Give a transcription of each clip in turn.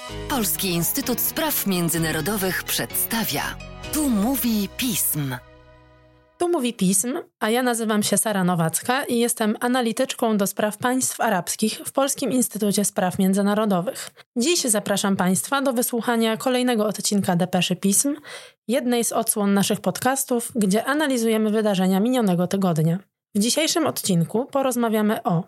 Polski Instytut Spraw Międzynarodowych przedstawia. Tu mówi pism. Tu mówi pism, a ja nazywam się Sara Nowacka i jestem analityczką do spraw państw arabskich w Polskim Instytucie Spraw Międzynarodowych. Dziś zapraszam Państwa do wysłuchania kolejnego odcinka Depeszy Pism, jednej z odsłon naszych podcastów, gdzie analizujemy wydarzenia minionego tygodnia. W dzisiejszym odcinku porozmawiamy o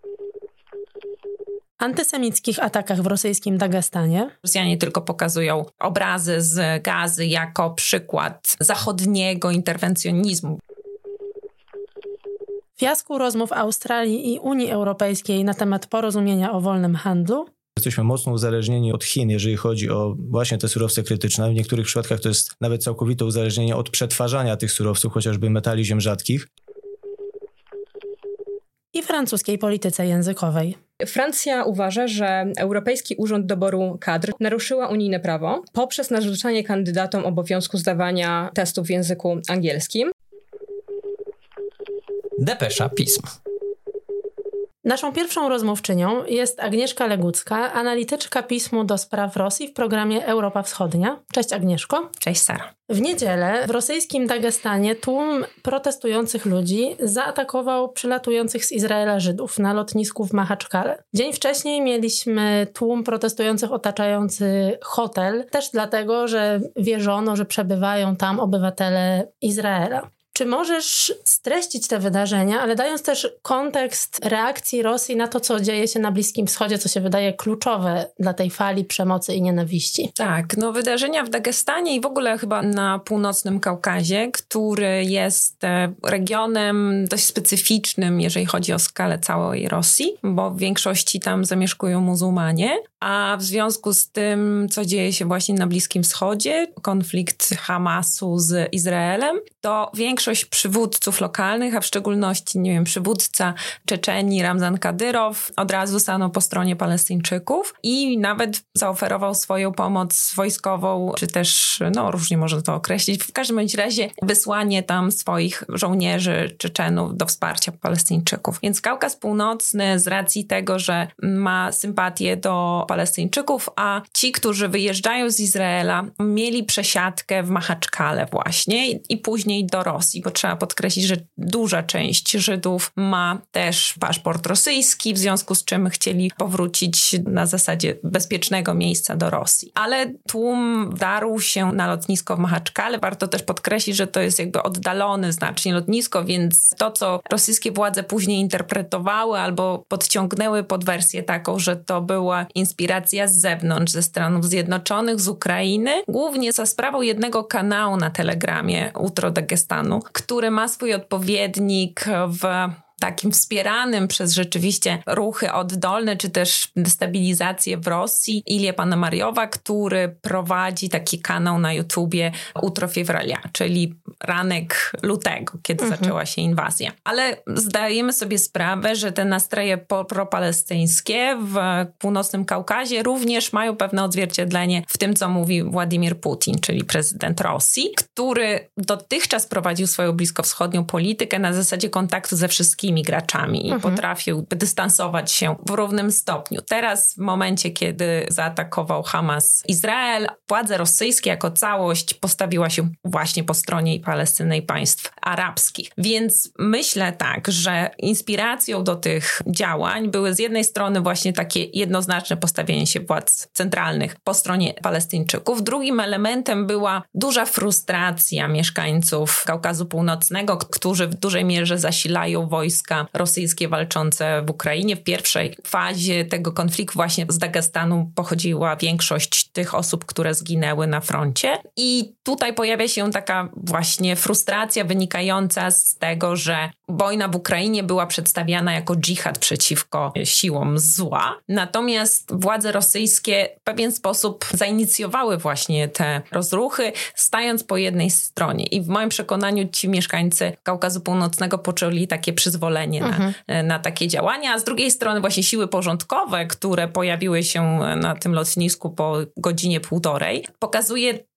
antysemickich atakach w rosyjskim Dagestanie. Rosjanie tylko pokazują obrazy z Gazy jako przykład zachodniego interwencjonizmu. Fiasku rozmów Australii i Unii Europejskiej na temat porozumienia o wolnym handlu. Jesteśmy mocno uzależnieni od Chin, jeżeli chodzi o właśnie te surowce krytyczne. W niektórych przypadkach to jest nawet całkowite uzależnienie od przetwarzania tych surowców, chociażby metali ziem rzadkich. I francuskiej polityce językowej. Francja uważa, że Europejski Urząd Doboru Kadr naruszyła unijne prawo poprzez narzucanie kandydatom obowiązku zdawania testów w języku angielskim. Depesza Pism. Naszą pierwszą rozmówczynią jest Agnieszka Legucka, analityczka pismu do spraw Rosji w programie Europa Wschodnia. Cześć Agnieszko. Cześć Sara. W niedzielę w rosyjskim Dagestanie tłum protestujących ludzi zaatakował przylatujących z Izraela Żydów na lotnisku w Machaczkale. Dzień wcześniej mieliśmy tłum protestujących otaczający hotel, też dlatego, że wierzono, że przebywają tam obywatele Izraela. Czy możesz streścić te wydarzenia, ale dając też kontekst reakcji Rosji na to, co dzieje się na Bliskim Wschodzie, co się wydaje kluczowe dla tej fali przemocy i nienawiści? Tak, wydarzenia w Dagestanie i w ogóle chyba na północnym Kaukazie, który jest regionem dość specyficznym, jeżeli chodzi o skalę całej Rosji, bo w większości tam zamieszkują muzułmanie, a w związku z tym, co dzieje się właśnie na Bliskim Wschodzie, konflikt Hamasu z Izraelem, to większość przywódców lokalnych, a w szczególności, przywódca Czeczenii Ramzan Kadyrow od razu stanął po stronie Palestyńczyków i nawet zaoferował swoją pomoc wojskową, czy też, różnie można to określić, w każdym bądź razie wysłanie tam swoich żołnierzy Czeczenów do wsparcia Palestyńczyków. Więc Kaukaz Północny z racji tego, że ma sympatię do Palestyńczyków, a ci, którzy wyjeżdżają z Izraela, mieli przesiadkę w Machaczkale właśnie i później do Rosji, bo trzeba podkreślić, że duża część Żydów ma też paszport rosyjski, w związku z czym chcieli powrócić na zasadzie bezpiecznego miejsca do Rosji. Ale tłum wdarł się na lotnisko w Machaczkale. Warto też podkreślić, że to jest jakby oddalone znacznie lotnisko, więc to, co rosyjskie władze później interpretowały albo podciągnęły pod wersję taką, że to była inspiracja z zewnątrz, ze Stanów Zjednoczonych, z Ukrainy, głównie za sprawą jednego kanału na Telegramie Utro Dagestanu, który ma swój odpowiednik w takim wspieranym przez rzeczywiście ruchy oddolne, czy też destabilizację w Rosji, Ilię Panamariowa, który prowadzi taki kanał na YouTubie Utro Fevralia, czyli ranek lutego, kiedy zaczęła się inwazja. Ale zdajemy sobie sprawę, że te nastroje propalestyńskie w północnym Kaukazie również mają pewne odzwierciedlenie w tym, co mówi Władimir Putin, czyli prezydent Rosji, który dotychczas prowadził swoją bliskowschodnią politykę na zasadzie kontaktu ze wszystkimi graczami i potrafił dystansować się w równym stopniu. Teraz w momencie, kiedy zaatakował Hamas Izrael, władze rosyjskie jako całość postawiła się właśnie po stronie Palestyny i państw arabskich. Więc myślę tak, że inspiracją do tych działań były z jednej strony właśnie takie jednoznaczne postawienie się władz centralnych po stronie Palestyńczyków. Drugim elementem była duża frustracja mieszkańców Kaukazu Północnego, którzy w dużej mierze zasilają wojska rosyjskie walczące w Ukrainie. W pierwszej fazie tego konfliktu właśnie z Dagestanu pochodziła większość tych osób, które zginęły na froncie. I tutaj pojawia się taka właśnie frustracja wynikająca z tego, że wojna w Ukrainie była przedstawiana jako dżihad przeciwko siłom zła. Natomiast władze rosyjskie w pewien sposób zainicjowały właśnie te rozruchy, stając po jednej stronie. I w moim przekonaniu ci mieszkańcy Kaukazu Północnego poczuli takie przyzwolenie na takie działania, a z drugiej strony właśnie siły porządkowe, które pojawiły się na tym lotnisku po godzinie półtorej, pokazuje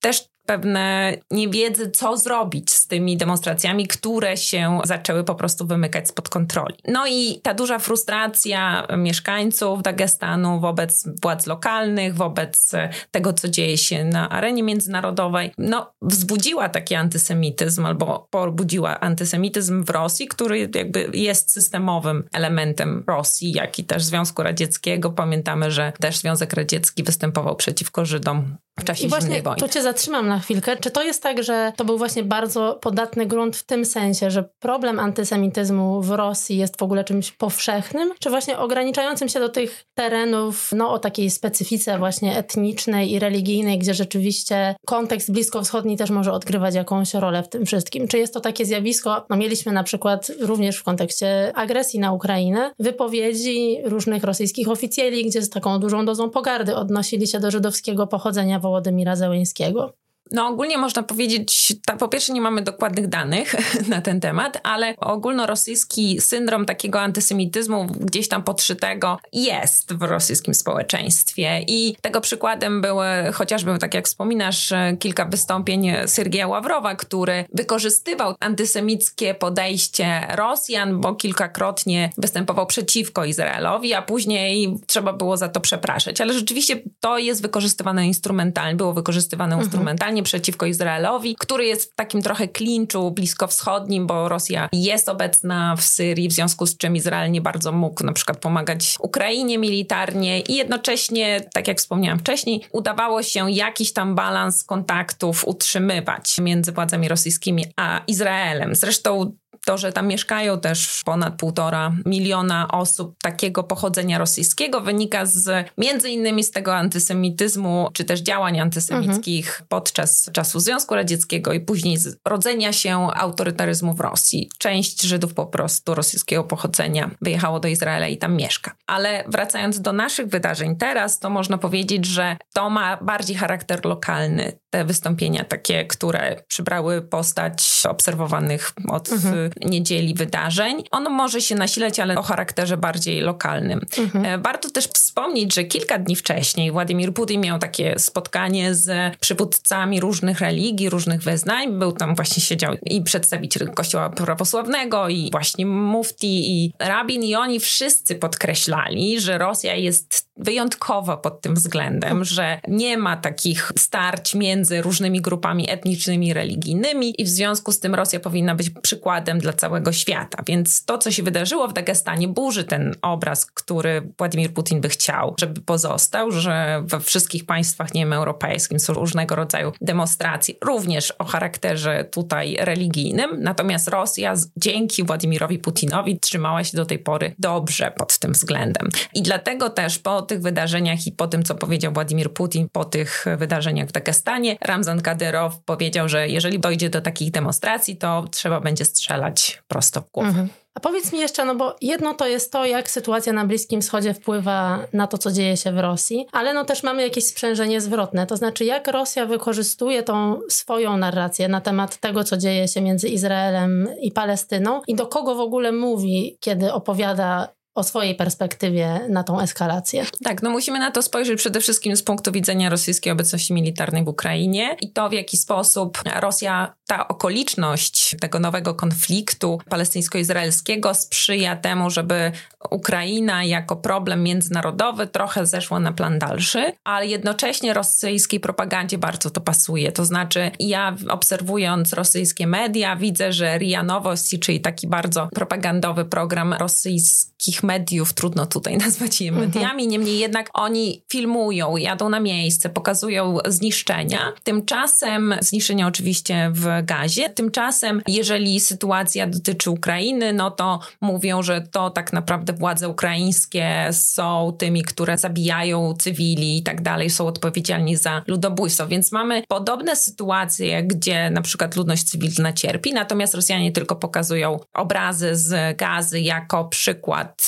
też pewne niewiedzy, co zrobić z tymi demonstracjami, które się zaczęły po prostu wymykać spod kontroli. No i ta duża frustracja mieszkańców Dagestanu wobec władz lokalnych, wobec tego, co dzieje się na arenie międzynarodowej, wzbudziła taki antysemityzm albo pobudziła antysemityzm w Rosji, który jakby jest systemowym elementem Rosji, jak i też Związku Radzieckiego. Pamiętamy, że też Związek Radziecki występował przeciwko Żydom w czasie zimnej wojny. Tu cię zatrzymam na chwilkę. Czy to jest tak, że to był właśnie bardzo podatny grunt w tym sensie, że problem antysemityzmu w Rosji jest w ogóle czymś powszechnym, czy właśnie ograniczającym się do tych terenów, o takiej specyfice właśnie etnicznej i religijnej, gdzie rzeczywiście kontekst bliskowschodni też może odgrywać jakąś rolę w tym wszystkim? Czy jest to takie zjawisko, mieliśmy na przykład również w kontekście agresji na Ukrainę wypowiedzi różnych rosyjskich oficjeli, gdzie z taką dużą dozą pogardy odnosili się do żydowskiego pochodzenia Wołodymira Zełeńskiego. Ogólnie można powiedzieć, po pierwsze nie mamy dokładnych danych na ten temat, ale ogólnorosyjski syndrom takiego antysemityzmu gdzieś tam podszytego jest w rosyjskim społeczeństwie i tego przykładem były chociażby, tak jak wspominasz, kilka wystąpień Sergeja Ławrowa, który wykorzystywał antysemickie podejście Rosjan, bo kilkakrotnie występował przeciwko Izraelowi, a później trzeba było za to przepraszać. Ale rzeczywiście to jest wykorzystywane instrumentalnie, było wykorzystywane instrumentalnie przeciwko Izraelowi, który jest w takim trochę klinczu bliskowschodnim, bo Rosja jest obecna w Syrii, w związku z czym Izrael nie bardzo mógł na przykład pomagać Ukrainie militarnie i jednocześnie, tak jak wspomniałam wcześniej, udawało się jakiś tam balans kontaktów utrzymywać między władzami rosyjskimi a Izraelem. Zresztą to, że tam mieszkają też ponad 1,5 miliona osób takiego pochodzenia rosyjskiego, wynika między innymi z tego antysemityzmu, czy też działań antysemickich podczas czasu Związku Radzieckiego i później z rodzenia się autorytaryzmu w Rosji. Część Żydów po prostu rosyjskiego pochodzenia wyjechało do Izraela i tam mieszka. Ale wracając do naszych wydarzeń teraz, to można powiedzieć, że to ma bardziej charakter lokalny. Te wystąpienia takie, które przybrały postać obserwowanych od niedzieli wydarzeń. Ono może się nasilać, ale o charakterze bardziej lokalnym. Warto też wspomnieć, że kilka dni wcześniej Władimir Putin miał takie spotkanie z przywódcami różnych religii, różnych wyznań. Był tam właśnie, siedział i przedstawiciel Kościoła prawosławnego i właśnie mufti i rabin i oni wszyscy podkreślali, że Rosja jest wyjątkowa pod tym względem, że nie ma takich starć między różnymi grupami etnicznymi i religijnymi i w związku z tym Rosja powinna być przykładem dla całego świata. Więc to, co się wydarzyło w Dagestanie, burzy ten obraz, który Władimir Putin by chciał, żeby pozostał, że we wszystkich państwach, europejskim są różnego rodzaju demonstracje, również o charakterze tutaj religijnym. Natomiast Rosja dzięki Władimirowi Putinowi trzymała się do tej pory dobrze pod tym względem. I dlatego też po tych wydarzeniach i po tym, co powiedział Władimir Putin po tych wydarzeniach w Dagestanie, Ramzan Kadyrow powiedział, że jeżeli dojdzie do takich demonstracji, to trzeba będzie strzelać prosto w głowę. A powiedz mi jeszcze, bo jedno to jest to, jak sytuacja na Bliskim Wschodzie wpływa na to, co dzieje się w Rosji, ale też mamy jakieś sprzężenie zwrotne. To znaczy, jak Rosja wykorzystuje tą swoją narrację na temat tego, co dzieje się między Izraelem i Palestyną i do kogo w ogóle mówi, kiedy opowiada o swojej perspektywie na tą eskalację. Tak, musimy na to spojrzeć przede wszystkim z punktu widzenia rosyjskiej obecności militarnej w Ukrainie i to, w jaki sposób Rosja, ta okoliczność tego nowego konfliktu palestyńsko-izraelskiego sprzyja temu, żeby Ukraina jako problem międzynarodowy trochę zeszła na plan dalszy, ale jednocześnie rosyjskiej propagandzie bardzo to pasuje. To znaczy, ja obserwując rosyjskie media widzę, że RIA Nowosti, czyli taki bardzo propagandowy program rosyjskich mediów, trudno tutaj nazwać je mediami, niemniej jednak oni filmują, jadą na miejsce, pokazują zniszczenia. Tymczasem, zniszczenia oczywiście w Gazie, tymczasem jeżeli sytuacja dotyczy Ukrainy, to mówią, że to tak naprawdę władze ukraińskie są tymi, które zabijają cywili i tak dalej, są odpowiedzialni za ludobójstwo. Więc mamy podobne sytuacje, gdzie na przykład ludność cywilna cierpi, natomiast Rosjanie tylko pokazują obrazy z Gazy jako przykład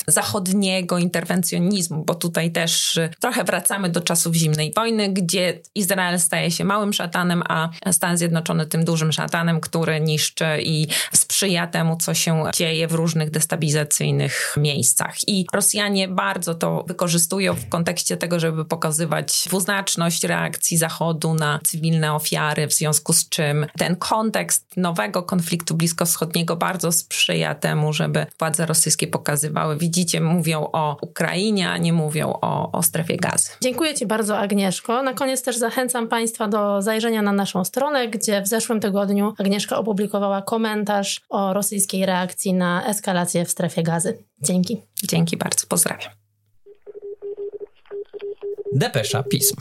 zachodniego interwencjonizmu, bo tutaj też trochę wracamy do czasów zimnej wojny, gdzie Izrael staje się małym szatanem, a Stany Zjednoczone tym dużym szatanem, który niszczy i sprzyja temu, co się dzieje w różnych destabilizacyjnych miejscach. I Rosjanie bardzo to wykorzystują w kontekście tego, żeby pokazywać dwuznaczność reakcji Zachodu na cywilne ofiary, w związku z czym ten kontekst nowego konfliktu bliskowschodniego bardzo sprzyja temu, żeby władze rosyjskie pokazywały, widzicie, mówią o Ukrainie, a nie mówią o strefie Gazy. Dziękuję Ci bardzo, Agnieszko. Na koniec też zachęcam Państwa do zajrzenia na naszą stronę, gdzie w zeszłym tygodniu Agnieszka opublikowała komentarz o rosyjskiej reakcji na eskalację w strefie Gazy. Dzięki. Dzięki bardzo, pozdrawiam. Depesza Pism.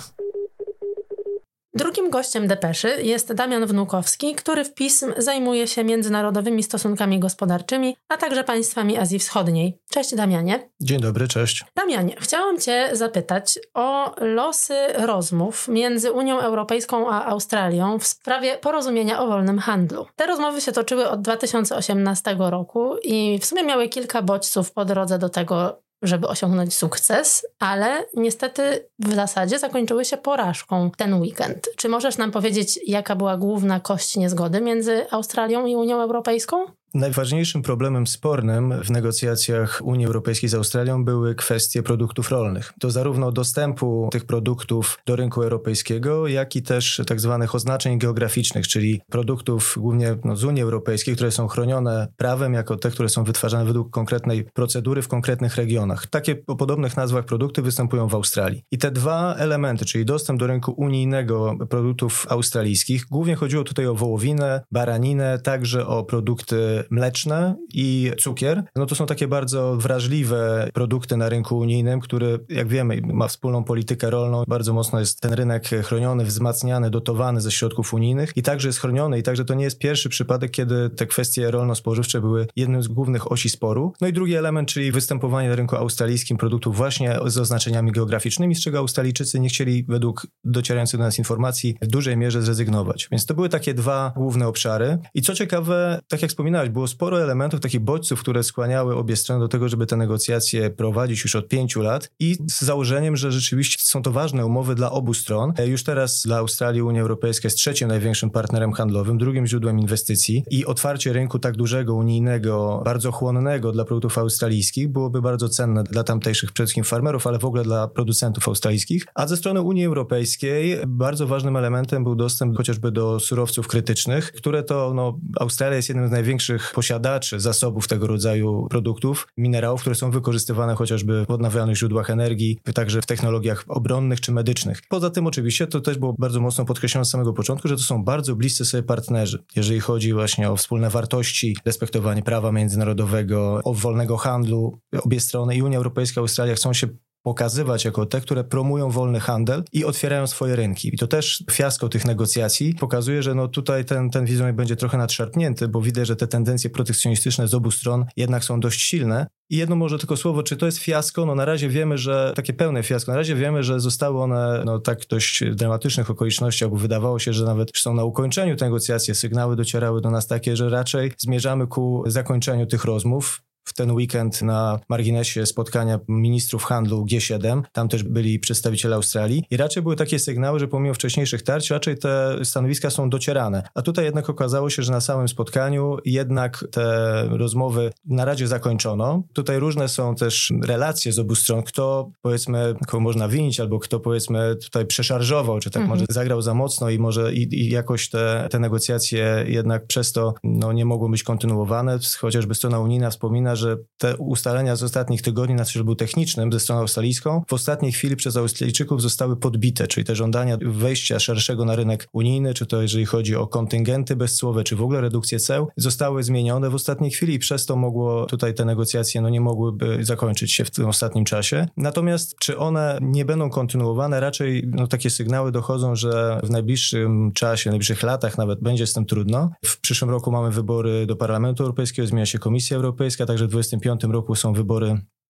Drugim gościem Depeszy jest Damian Wnukowski, który w Pism zajmuje się międzynarodowymi stosunkami gospodarczymi, a także państwami Azji Wschodniej. Cześć Damianie. Dzień dobry, cześć. Damianie, chciałam Cię zapytać o losy rozmów między Unią Europejską a Australią w sprawie porozumienia o wolnym handlu. Te rozmowy się toczyły od 2018 roku i w sumie miały kilka bodźców po drodze do tego, żeby osiągnąć sukces, ale niestety w zasadzie zakończyły się porażką ten weekend. Czy możesz nam powiedzieć, jaka była główna kość niezgody między Australią i Unią Europejską? Najważniejszym problemem spornym w negocjacjach Unii Europejskiej z Australią były kwestie produktów rolnych. To zarówno dostępu tych produktów do rynku europejskiego, jak i też tak zwanych oznaczeń geograficznych, czyli produktów głównie z Unii Europejskiej, które są chronione prawem jako te, które są wytwarzane według konkretnej procedury w konkretnych regionach. Takie o podobnych nazwach produkty występują w Australii. I te dwa elementy, czyli dostęp do rynku unijnego produktów australijskich, głównie chodziło tutaj o wołowinę, baraninę, także o produkty mleczne i cukier. No to są takie bardzo wrażliwe produkty na rynku unijnym, który, jak wiemy, ma wspólną politykę rolną. Bardzo mocno jest ten rynek chroniony, wzmacniany, dotowany ze środków unijnych i także jest chroniony. I także to nie jest pierwszy przypadek, kiedy te kwestie rolno-spożywcze były jednym z głównych osi sporu. No i drugi element, czyli występowanie na rynku australijskim produktów właśnie z oznaczeniami geograficznymi, z czego Australijczycy nie chcieli, według docierających do nas informacji, w dużej mierze zrezygnować. Więc to były takie dwa główne obszary. I co ciekawe, tak jak wspominałeś, było sporo elementów, takich bodźców, które skłaniały obie strony do tego, żeby te negocjacje prowadzić już od 5 lat i z założeniem, że rzeczywiście są to ważne umowy dla obu stron. Już teraz dla Australii Unia Europejska jest trzecim największym partnerem handlowym, drugim źródłem inwestycji i otwarcie rynku tak dużego, unijnego, bardzo chłonnego dla produktów australijskich byłoby bardzo cenne dla tamtejszych przede wszystkim farmerów, ale w ogóle dla producentów australijskich. A ze strony Unii Europejskiej bardzo ważnym elementem był dostęp chociażby do surowców krytycznych, które to Australia jest jednym z największych posiadaczy zasobów tego rodzaju produktów, minerałów, które są wykorzystywane chociażby w odnawialnych źródłach energii, także w technologiach obronnych czy medycznych. Poza tym oczywiście to też było bardzo mocno podkreślone z samego początku, że to są bardzo bliscy sobie partnerzy, jeżeli chodzi właśnie o wspólne wartości, respektowanie prawa międzynarodowego, o wolnego handlu. Obie strony, i Unia Europejska, i Australia chcą się pokazywać jako te, które promują wolny handel i otwierają swoje rynki. I to też fiasko tych negocjacji pokazuje, że tutaj ten wizerunek będzie trochę nadszarpnięty, bo widać, że te tendencje protekcjonistyczne z obu stron jednak są dość silne. I jedno może tylko słowo, czy to jest fiasko? Na razie wiemy, że takie pełne fiasko. Na razie wiemy, że zostały one tak dość dramatycznych okolicznościach, bo wydawało się, że nawet są na ukończeniu te negocjacje. Sygnały docierały do nas takie, że raczej zmierzamy ku zakończeniu tych rozmów. W ten weekend na marginesie spotkania ministrów handlu G7, tam też byli przedstawiciele Australii i raczej były takie sygnały, że pomimo wcześniejszych tarć raczej te stanowiska są docierane. A tutaj jednak okazało się, że na samym spotkaniu jednak te rozmowy na razie zakończono. Tutaj różne są też relacje z obu stron, kto powiedzmy, kogo można winić, albo kto powiedzmy tutaj przeszarżował, czy tak może zagrał za mocno i może i jakoś te negocjacje jednak przez to nie mogą być kontynuowane. Chociażby strona unijna wspomina, że te ustalenia z ostatnich tygodni na szczeblu technicznym ze stroną australijską w ostatniej chwili przez Australijczyków zostały podbite, czyli te żądania wejścia szerszego na rynek unijny, czy to jeżeli chodzi o kontyngenty bezcłowe, czy w ogóle redukcję ceł, zostały zmienione w ostatniej chwili i przez to mogło tutaj te negocjacje nie mogłyby zakończyć się w tym ostatnim czasie. Natomiast czy one nie będą kontynuowane? Raczej takie sygnały dochodzą, że w najbliższym czasie, w najbliższych latach nawet będzie z tym trudno. W przyszłym roku mamy wybory do Parlamentu Europejskiego, zmienia się Komisja Europejska, także w 2025 roku są wybory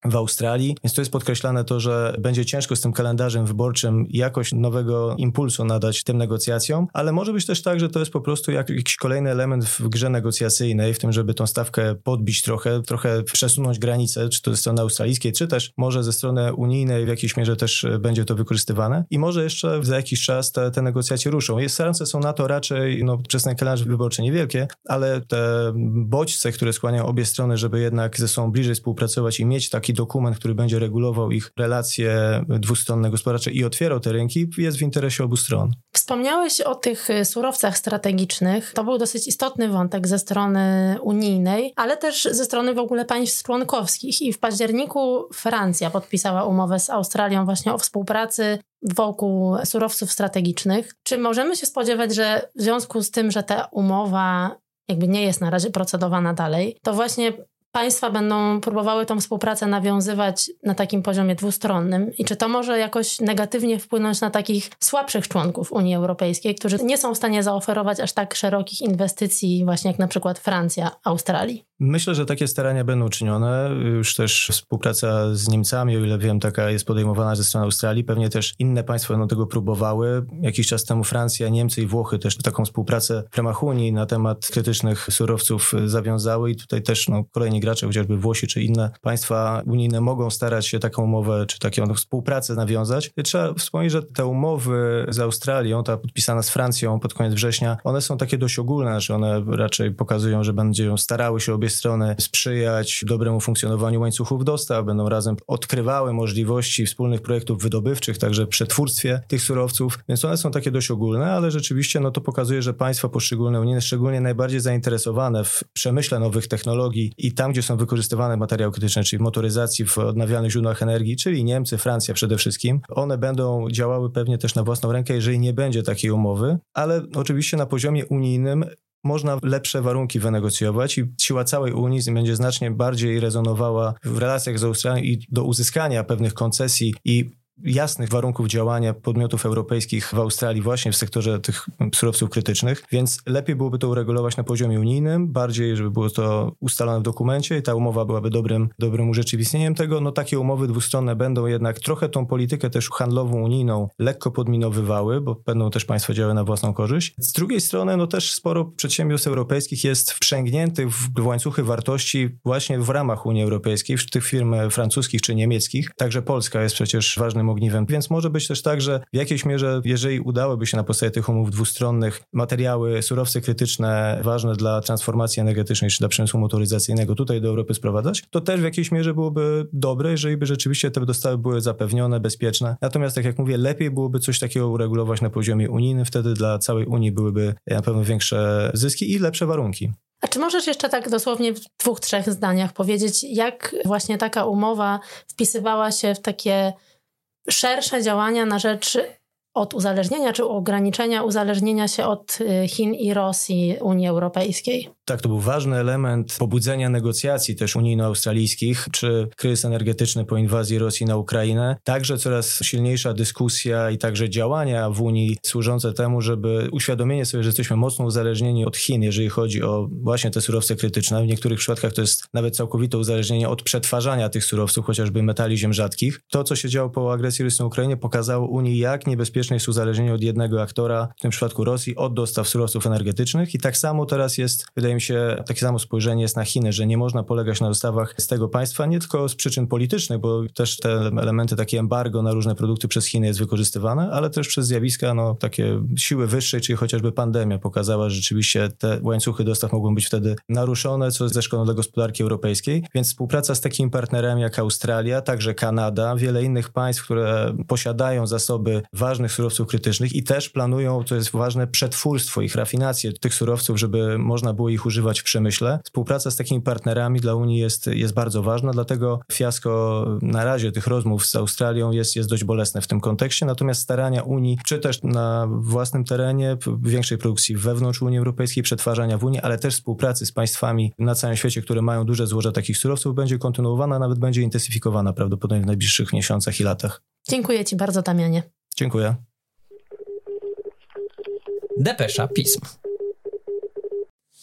w Australii, więc to jest podkreślane to, że będzie ciężko z tym kalendarzem wyborczym jakoś nowego impulsu nadać tym negocjacjom, ale może być też tak, że to jest po prostu jakiś kolejny element w grze negocjacyjnej, w tym, żeby tą stawkę podbić trochę przesunąć granice, czy to ze strony australijskiej, czy też może ze strony unijnej w jakiejś mierze też będzie to wykorzystywane i może jeszcze za jakiś czas te negocjacje ruszą. Szanse są na to raczej, przez ten kalendarz wyborczy niewielkie, ale te bodźce, które skłaniają obie strony, żeby jednak ze sobą bliżej współpracować i mieć taki dokument, który będzie regulował ich relacje dwustronne gospodarcze i otwierał te rynki, jest w interesie obu stron. Wspomniałeś o tych surowcach strategicznych. To był dosyć istotny wątek ze strony unijnej, ale też ze strony w ogóle państw członkowskich. I w październiku Francja podpisała umowę z Australią właśnie o współpracy wokół surowców strategicznych. Czy możemy się spodziewać, że w związku z tym, że ta umowa jakby nie jest na razie procedowana dalej, to właśnie państwa będą próbowały tą współpracę nawiązywać na takim poziomie dwustronnym i czy to może jakoś negatywnie wpłynąć na takich słabszych członków Unii Europejskiej, którzy nie są w stanie zaoferować aż tak szerokich inwestycji właśnie jak na przykład Francja, Australii? Myślę, że takie starania będą czynione. Już też współpraca z Niemcami, o ile wiem, taka jest podejmowana ze strony Australii. Pewnie też inne państwa będą tego próbowały. Jakiś czas temu Francja, Niemcy i Włochy też taką współpracę w ramach Unii na temat krytycznych surowców zawiązały i tutaj też kolejni gracze, chociażby Włosi czy inne państwa unijne mogą starać się taką umowę czy taką współpracę nawiązać. Trzeba wspomnieć, że te umowy z Australią, ta podpisana z Francją pod koniec września, one są takie dość ogólne, że one raczej pokazują, że będą starały się obie strony sprzyjać dobremu funkcjonowaniu łańcuchów dostaw, będą razem odkrywały możliwości wspólnych projektów wydobywczych, także w przetwórstwie tych surowców, więc one są takie dość ogólne, ale rzeczywiście to pokazuje, że państwa poszczególne unijne, szczególnie najbardziej zainteresowane w przemyśle nowych technologii i tam, gdzie są wykorzystywane materiały krytyczne, czyli w motoryzacji, w odnawialnych źródłach energii, czyli Niemcy, Francja przede wszystkim, one będą działały pewnie też na własną rękę, jeżeli nie będzie takiej umowy, ale oczywiście na poziomie unijnym można lepsze warunki wynegocjować i siła całej Unii będzie znacznie bardziej rezonowała w relacjach z Australią i do uzyskania pewnych koncesji i jasnych warunków działania podmiotów europejskich w Australii właśnie w sektorze tych surowców krytycznych, więc lepiej byłoby to uregulować na poziomie unijnym, bardziej, żeby było to ustalone w dokumencie i ta umowa byłaby dobrym urzeczywistnieniem tego. Takie umowy dwustronne będą jednak trochę tą politykę też handlową unijną lekko podminowywały, bo będą też państwa działały na własną korzyść. Z drugiej strony też sporo przedsiębiorstw europejskich jest wprzęgniętych w łańcuchy wartości właśnie w ramach Unii Europejskiej, w tych firm francuskich czy niemieckich. Także Polska jest przecież ważnym ogniwem, więc może być też tak, że w jakiejś mierze, jeżeli udałoby się na podstawie tych umów dwustronnych materiały, surowce krytyczne ważne dla transformacji energetycznej czy dla przemysłu motoryzacyjnego tutaj do Europy sprowadzać, to też w jakiejś mierze byłoby dobre, jeżeli by rzeczywiście te dostawy były zapewnione, bezpieczne. Natomiast tak jak mówię, lepiej byłoby coś takiego uregulować na poziomie unijnym, wtedy dla całej Unii byłyby na pewno większe zyski i lepsze warunki. A czy możesz jeszcze tak dosłownie w 2-3 zdaniach powiedzieć, jak właśnie taka umowa wpisywała się w takie szersze działania na rzecz oduzależnienia czy ograniczenia uzależnienia się od Chin i Rosji Unii Europejskiej? Tak, to był ważny element pobudzenia negocjacji też unijno-australijskich, czy kryzys energetyczny po inwazji Rosji na Ukrainę. Także coraz silniejsza dyskusja i także działania w Unii służące temu, żeby uświadomienie sobie, że jesteśmy mocno uzależnieni od Chin, jeżeli chodzi o właśnie te surowce krytyczne. W niektórych przypadkach to jest nawet całkowite uzależnienie od przetwarzania tych surowców, chociażby metali ziem rzadkich. To, co się działo po agresji Rosji na Ukrainie, pokazało Unii, jak niebezpieczne jest uzależnienie od jednego aktora, w tym przypadku Rosji, od dostaw surowców energetycznych i tak samo teraz jest, wydaje mi się, takie samo spojrzenie jest na Chiny, że nie można polegać na dostawach z tego państwa, nie tylko z przyczyn politycznych, bo też te elementy, takie embargo na różne produkty przez Chiny jest wykorzystywane, ale też przez zjawiska, takie siły wyższej, czyli chociażby pandemia pokazała, że rzeczywiście te łańcuchy dostaw mogą być wtedy naruszone, co jest ze szkodą dla gospodarki europejskiej, więc współpraca z takimi partnerami jak Australia, także Kanada, wiele innych państw, które posiadają zasoby ważnych surowców krytycznych i też planują, co jest ważne, przetwórstwo ich, rafinację tych surowców, żeby można było ich używać w przemyśle. Współpraca z takimi partnerami dla Unii jest bardzo ważna, dlatego fiasko na razie tych rozmów z Australią jest dość bolesne w tym kontekście, natomiast starania Unii, czy też na własnym terenie, większej produkcji wewnątrz Unii Europejskiej, przetwarzania w Unii, ale też współpracy z państwami na całym świecie, które mają duże złoża takich surowców, będzie kontynuowana, nawet będzie intensyfikowana prawdopodobnie w najbliższych miesiącach i latach. Dziękuję Ci bardzo, Damianie. Dziękuję. Depesza Pism.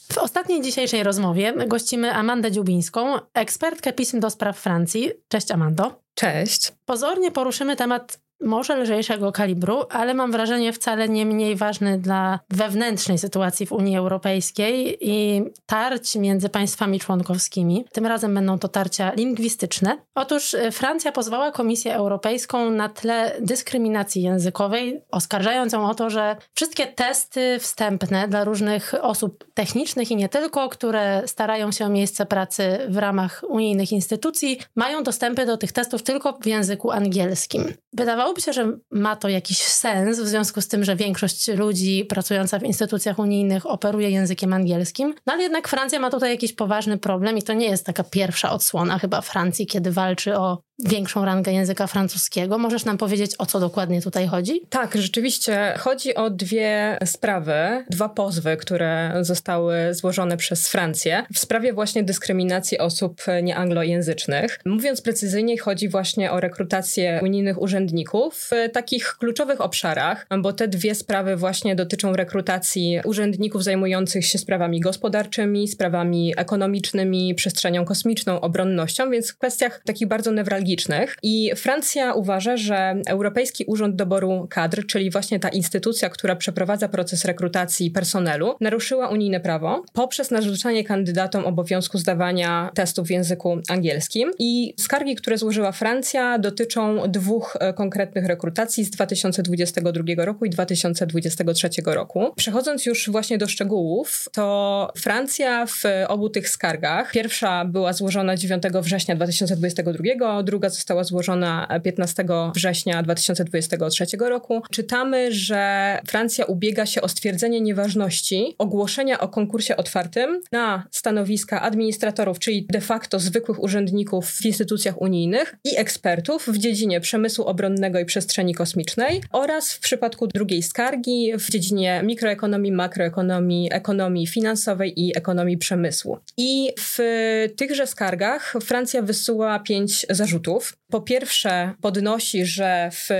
W ostatniej dzisiejszej rozmowie gościmy Amandę Dziubińską, ekspertkę pism do spraw Francji. Cześć Amando. Cześć. Pozornie poruszymy temat może lżejszego kalibru, ale mam wrażenie wcale nie mniej ważny dla wewnętrznej sytuacji w Unii Europejskiej i tarć między państwami członkowskimi. Tym razem będą to tarcia lingwistyczne. Otóż Francja pozwała Komisję Europejską na tle dyskryminacji językowej, oskarżając ją o to, że wszystkie testy wstępne dla różnych osób technicznych i nie tylko, które starają się o miejsce pracy w ramach unijnych instytucji, mają dostępy do tych testów tylko w języku angielskim. Wydawałoby się, że ma to jakiś sens w związku z tym, że większość ludzi pracująca w instytucjach unijnych operuje językiem angielskim, no ale jednak Francja ma tutaj jakiś poważny problem i to nie jest taka pierwsza odsłona chyba Francji, kiedy walczy o większą rangę języka francuskiego. Możesz nam powiedzieć, o co dokładnie tutaj chodzi? Tak, rzeczywiście. Chodzi o dwie sprawy, dwa pozwy, które zostały złożone przez Francję w sprawie właśnie dyskryminacji osób nieanglojęzycznych. Mówiąc precyzyjniej, chodzi właśnie o rekrutację unijnych urzędników w takich kluczowych obszarach, bo te dwie sprawy właśnie dotyczą rekrutacji urzędników zajmujących się sprawami gospodarczymi, sprawami ekonomicznymi, przestrzenią kosmiczną, obronnością, więc w kwestiach takich bardzo newralgicznych. I Francja uważa, że Europejski Urząd Doboru Kadr, czyli właśnie ta instytucja, która przeprowadza proces rekrutacji personelu, naruszyła unijne prawo poprzez narzucanie kandydatom obowiązku zdawania testów w języku angielskim. I skargi, które złożyła Francja, dotyczą dwóch konkretnych rekrutacji z 2022 roku i 2023 roku. Przechodząc już właśnie do szczegółów, to Francja w obu tych skargach, pierwsza była złożona 9 września 2022, druga została złożona 15 września 2023 roku. Czytamy, że Francja ubiega się o stwierdzenie nieważności ogłoszenia o konkursie otwartym na stanowiska administratorów, czyli de facto zwykłych urzędników w instytucjach unijnych i ekspertów w dziedzinie przemysłu obronnego i przestrzeni kosmicznej oraz w przypadku drugiej skargi w dziedzinie mikroekonomii, makroekonomii, ekonomii finansowej i ekonomii przemysłu. I w tychże skargach Francja wysyła 5 zarzutów. Po pierwsze podnosi, że w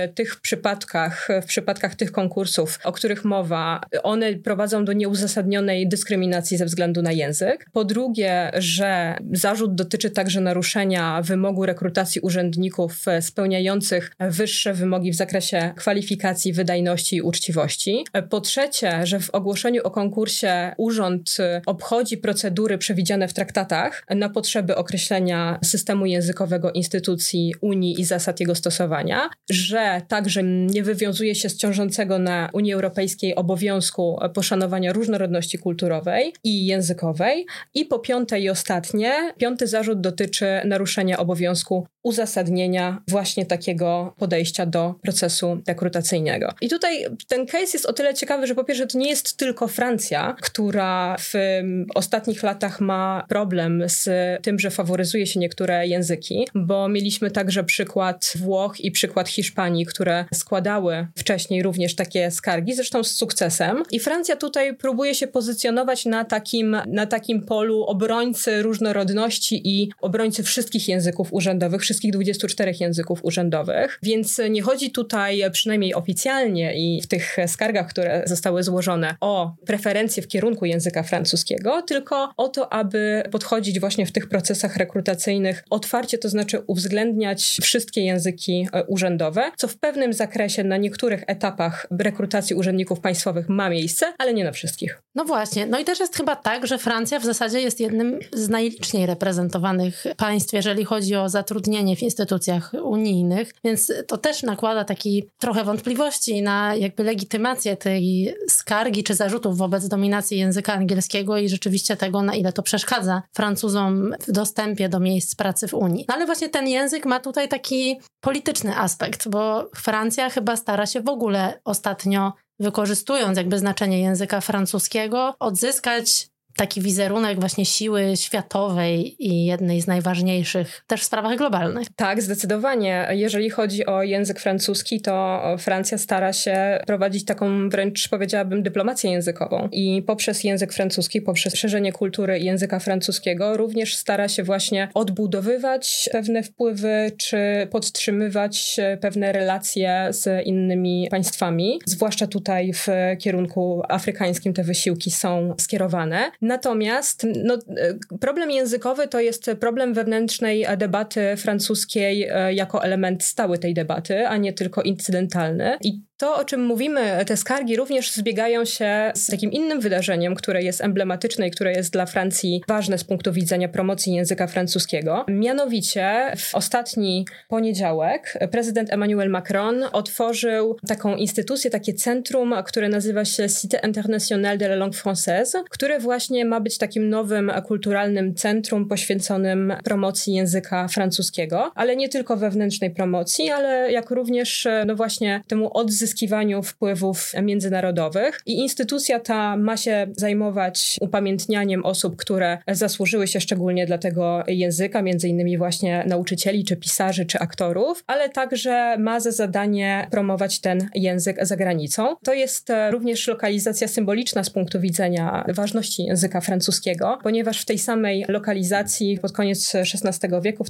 przypadkach tych konkursów, o których mowa, one prowadzą do nieuzasadnionej dyskryminacji ze względu na język. Po drugie, że zarzut dotyczy także naruszenia wymogu rekrutacji urzędników spełniających wyższe wymogi w zakresie kwalifikacji, wydajności i uczciwości. Po trzecie, że w ogłoszeniu o konkursie urząd obchodzi procedury przewidziane w traktatach na potrzeby określenia systemu językowego instytucji Unii i zasad jego stosowania, że także nie wywiązuje się z ciążącego na Unii Europejskiej obowiązku poszanowania różnorodności kulturowej i językowej. I po piąte i ostatnie, piąty zarzut dotyczy naruszenia obowiązku uzasadnienia właśnie takiego podejścia do procesu rekrutacyjnego. I tutaj ten case jest o tyle ciekawy, że po pierwsze to nie jest tylko Francja, która w ostatnich latach ma problem z tym, że faworyzuje się niektóre języki, bo mieliśmy także przykład Włoch i przykład Hiszpanii, które składały wcześniej również takie skargi, zresztą z sukcesem. I Francja tutaj próbuje się pozycjonować na takim polu obrońcy różnorodności i obrońcy wszystkich języków urzędowych, wszystkich 24 języków urzędowych. Więc nie chodzi tutaj, przynajmniej oficjalnie i w tych skargach, które zostały złożone, o preferencje w kierunku języka francuskiego, tylko o to, aby podchodzić właśnie w tych procesach rekrutacyjnych otwarcie, to znaczy uwzględniać wszystkie języki urzędowe, co w pewnym zakresie na niektórych etapach rekrutacji urzędników państwowych ma miejsce, ale nie na wszystkich. No właśnie. No i też jest chyba tak, że Francja w zasadzie jest jednym z najliczniej reprezentowanych państw, jeżeli chodzi o zatrudnienie w instytucjach unijnych, więc to też nakłada taki trochę wątpliwości na jakby legitymację tej skargi czy zarzutów wobec dominacji języka angielskiego i rzeczywiście tego, na ile to przeszkadza Francuzom w dostępie do miejsc pracy w Unii. No ale właśnie ten język ma tutaj taki polityczny aspekt, bo Francja chyba stara się w ogóle ostatnio, wykorzystując jakby znaczenie języka francuskiego, odzyskać taki wizerunek właśnie siły światowej i jednej z najważniejszych też w sprawach globalnych. Tak, zdecydowanie. Jeżeli chodzi o język francuski, to Francja stara się prowadzić taką wręcz, powiedziałabym, dyplomację językową. I poprzez język francuski, poprzez szerzenie kultury języka francuskiego również stara się właśnie odbudowywać pewne wpływy, czy podtrzymywać pewne relacje z innymi państwami. Zwłaszcza tutaj w kierunku afrykańskim te wysiłki są skierowane. Natomiast problem językowy to jest problem wewnętrznej debaty francuskiej jako element stały tej debaty, a nie tylko incydentalny. I to, o czym mówimy, te skargi również zbiegają się z takim innym wydarzeniem, które jest emblematyczne i które jest dla Francji ważne z punktu widzenia promocji języka francuskiego. Mianowicie w ostatni poniedziałek prezydent Emmanuel Macron otworzył taką instytucję, takie centrum, które nazywa się Cité Internationale de la Langue Française, które właśnie ma być takim nowym kulturalnym centrum poświęconym promocji języka francuskiego, ale nie tylko wewnętrznej promocji, ale jak również właśnie temu odzyskiwaniu wpływów międzynarodowych. I instytucja ta ma się zajmować upamiętnianiem osób, które zasłużyły się szczególnie dla tego języka, między innymi właśnie nauczycieli, czy pisarzy, czy aktorów, ale także ma za zadanie promować ten język za granicą. To jest również lokalizacja symboliczna z punktu widzenia ważności języka francuskiego, ponieważ w tej samej lokalizacji pod koniec XVI wieku, w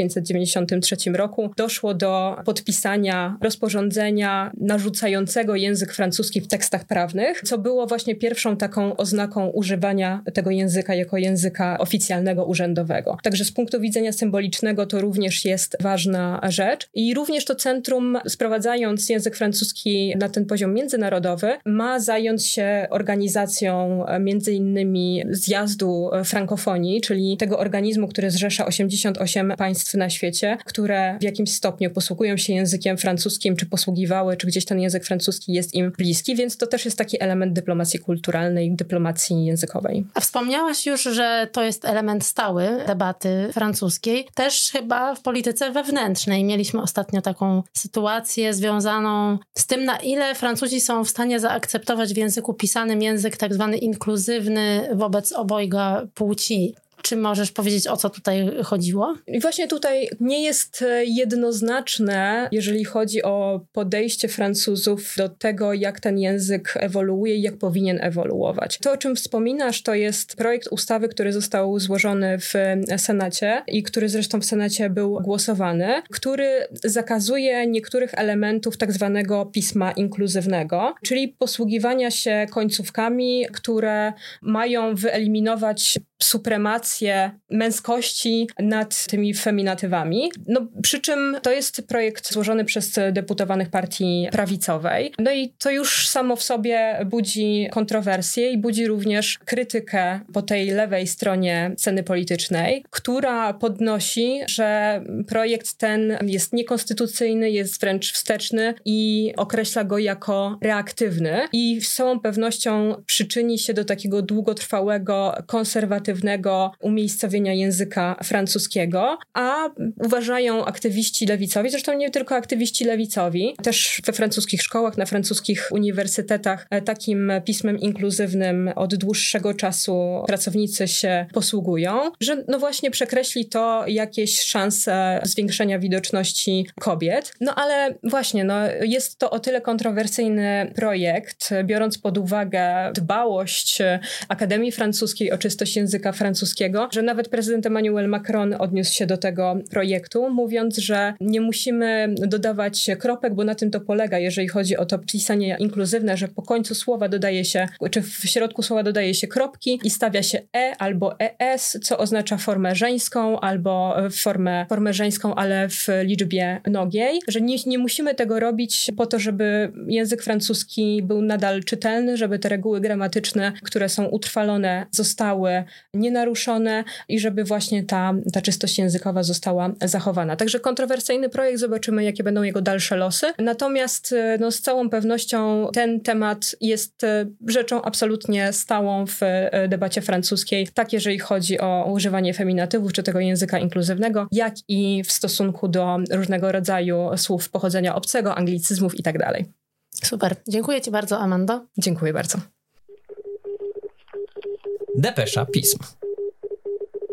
1593 roku, doszło do podpisania rozporządzenia narzucającego język francuski w tekstach prawnych, co było właśnie pierwszą taką oznaką używania tego języka jako języka oficjalnego, urzędowego. Także z punktu widzenia symbolicznego to również jest ważna rzecz. I również to centrum, sprowadzając język francuski na ten poziom międzynarodowy, ma zająć się organizacją między innymi zjazdu frankofonii, czyli tego organizmu, który zrzesza 88 państw na świecie, które w jakimś stopniu posługują się językiem francuskim, czy posługiwały, czy gdzieś ten język francuski jest im bliski, więc to też jest taki element dyplomacji kulturalnej, dyplomacji językowej. A wspomniałaś już, że to jest element stały debaty francuskiej. Też chyba w polityce wewnętrznej mieliśmy ostatnio taką sytuację związaną z tym, na ile Francuzi są w stanie zaakceptować w języku pisanym język tak zwany inkluzywny wobec obojga płci. Czy możesz powiedzieć, o co tutaj chodziło? I właśnie tutaj nie jest jednoznaczne, jeżeli chodzi o podejście Francuzów do tego, jak ten język ewoluuje i jak powinien ewoluować. To, o czym wspominasz, to jest projekt ustawy, który został złożony w Senacie i który zresztą w Senacie był głosowany, który zakazuje niektórych elementów tak zwanego pisma inkluzywnego, czyli posługiwania się końcówkami, które mają wyeliminować supremację męskości nad tymi feminatywami. Przy czym to jest projekt złożony przez deputowanych partii prawicowej. I to już samo w sobie budzi kontrowersje i budzi również krytykę po tej lewej stronie sceny politycznej, która podnosi, że projekt ten jest niekonstytucyjny, jest wręcz wsteczny i określa go jako reaktywny i z całą pewnością przyczyni się do takiego długotrwałego, konserwatywnego umiejscowienia języka francuskiego, a uważają aktywiści lewicowi, zresztą nie tylko aktywiści lewicowi, też we francuskich szkołach, na francuskich uniwersytetach takim pismem inkluzywnym od dłuższego czasu pracownicy się posługują, że właśnie przekreśli to jakieś szanse zwiększenia widoczności kobiet. Ale właśnie, jest to o tyle kontrowersyjny projekt, biorąc pod uwagę dbałość Akademii Francuskiej o czystość języka francuskiego, że nawet prezydent Emmanuel Macron odniósł się do tego projektu, mówiąc, że nie musimy dodawać kropek, bo na tym to polega, jeżeli chodzi o to pisanie inkluzywne, że po końcu słowa dodaje się, czy w środku słowa dodaje się kropki i stawia się albo es, co oznacza formę żeńską, albo formę żeńską, ale w liczbie mnogiej, że nie musimy tego robić po to, żeby język francuski był nadal czytelny, żeby te reguły gramatyczne, które są utrwalone, zostały nienaruszone i żeby właśnie ta czystość językowa została zachowana. Także kontrowersyjny projekt, zobaczymy, jakie będą jego dalsze losy. Natomiast z całą pewnością ten temat jest rzeczą absolutnie stałą w debacie francuskiej, tak jeżeli chodzi o używanie feminatywów czy tego języka inkluzywnego, jak i w stosunku do różnego rodzaju słów pochodzenia obcego, anglicyzmów i tak dalej. Super. Dziękuję Ci bardzo, Amando. Dziękuję bardzo. Depesza Pism.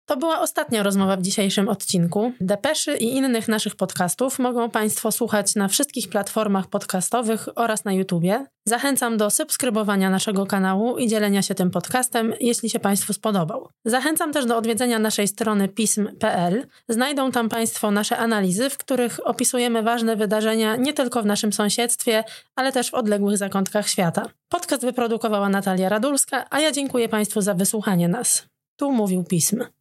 To była ostatnia rozmowa w dzisiejszym odcinku. Depeszy i innych naszych podcastów mogą Państwo słuchać na wszystkich platformach podcastowych oraz na YouTubie. Zachęcam do subskrybowania naszego kanału i dzielenia się tym podcastem, jeśli się Państwu spodobał. Zachęcam też do odwiedzenia naszej strony pism.pl. Znajdą tam Państwo nasze analizy, w których opisujemy ważne wydarzenia nie tylko w naszym sąsiedztwie, ale też w odległych zakątkach świata. Podcast wyprodukowała Natalia Radulska, a ja dziękuję Państwu za wysłuchanie nas. Tu mówił Pism.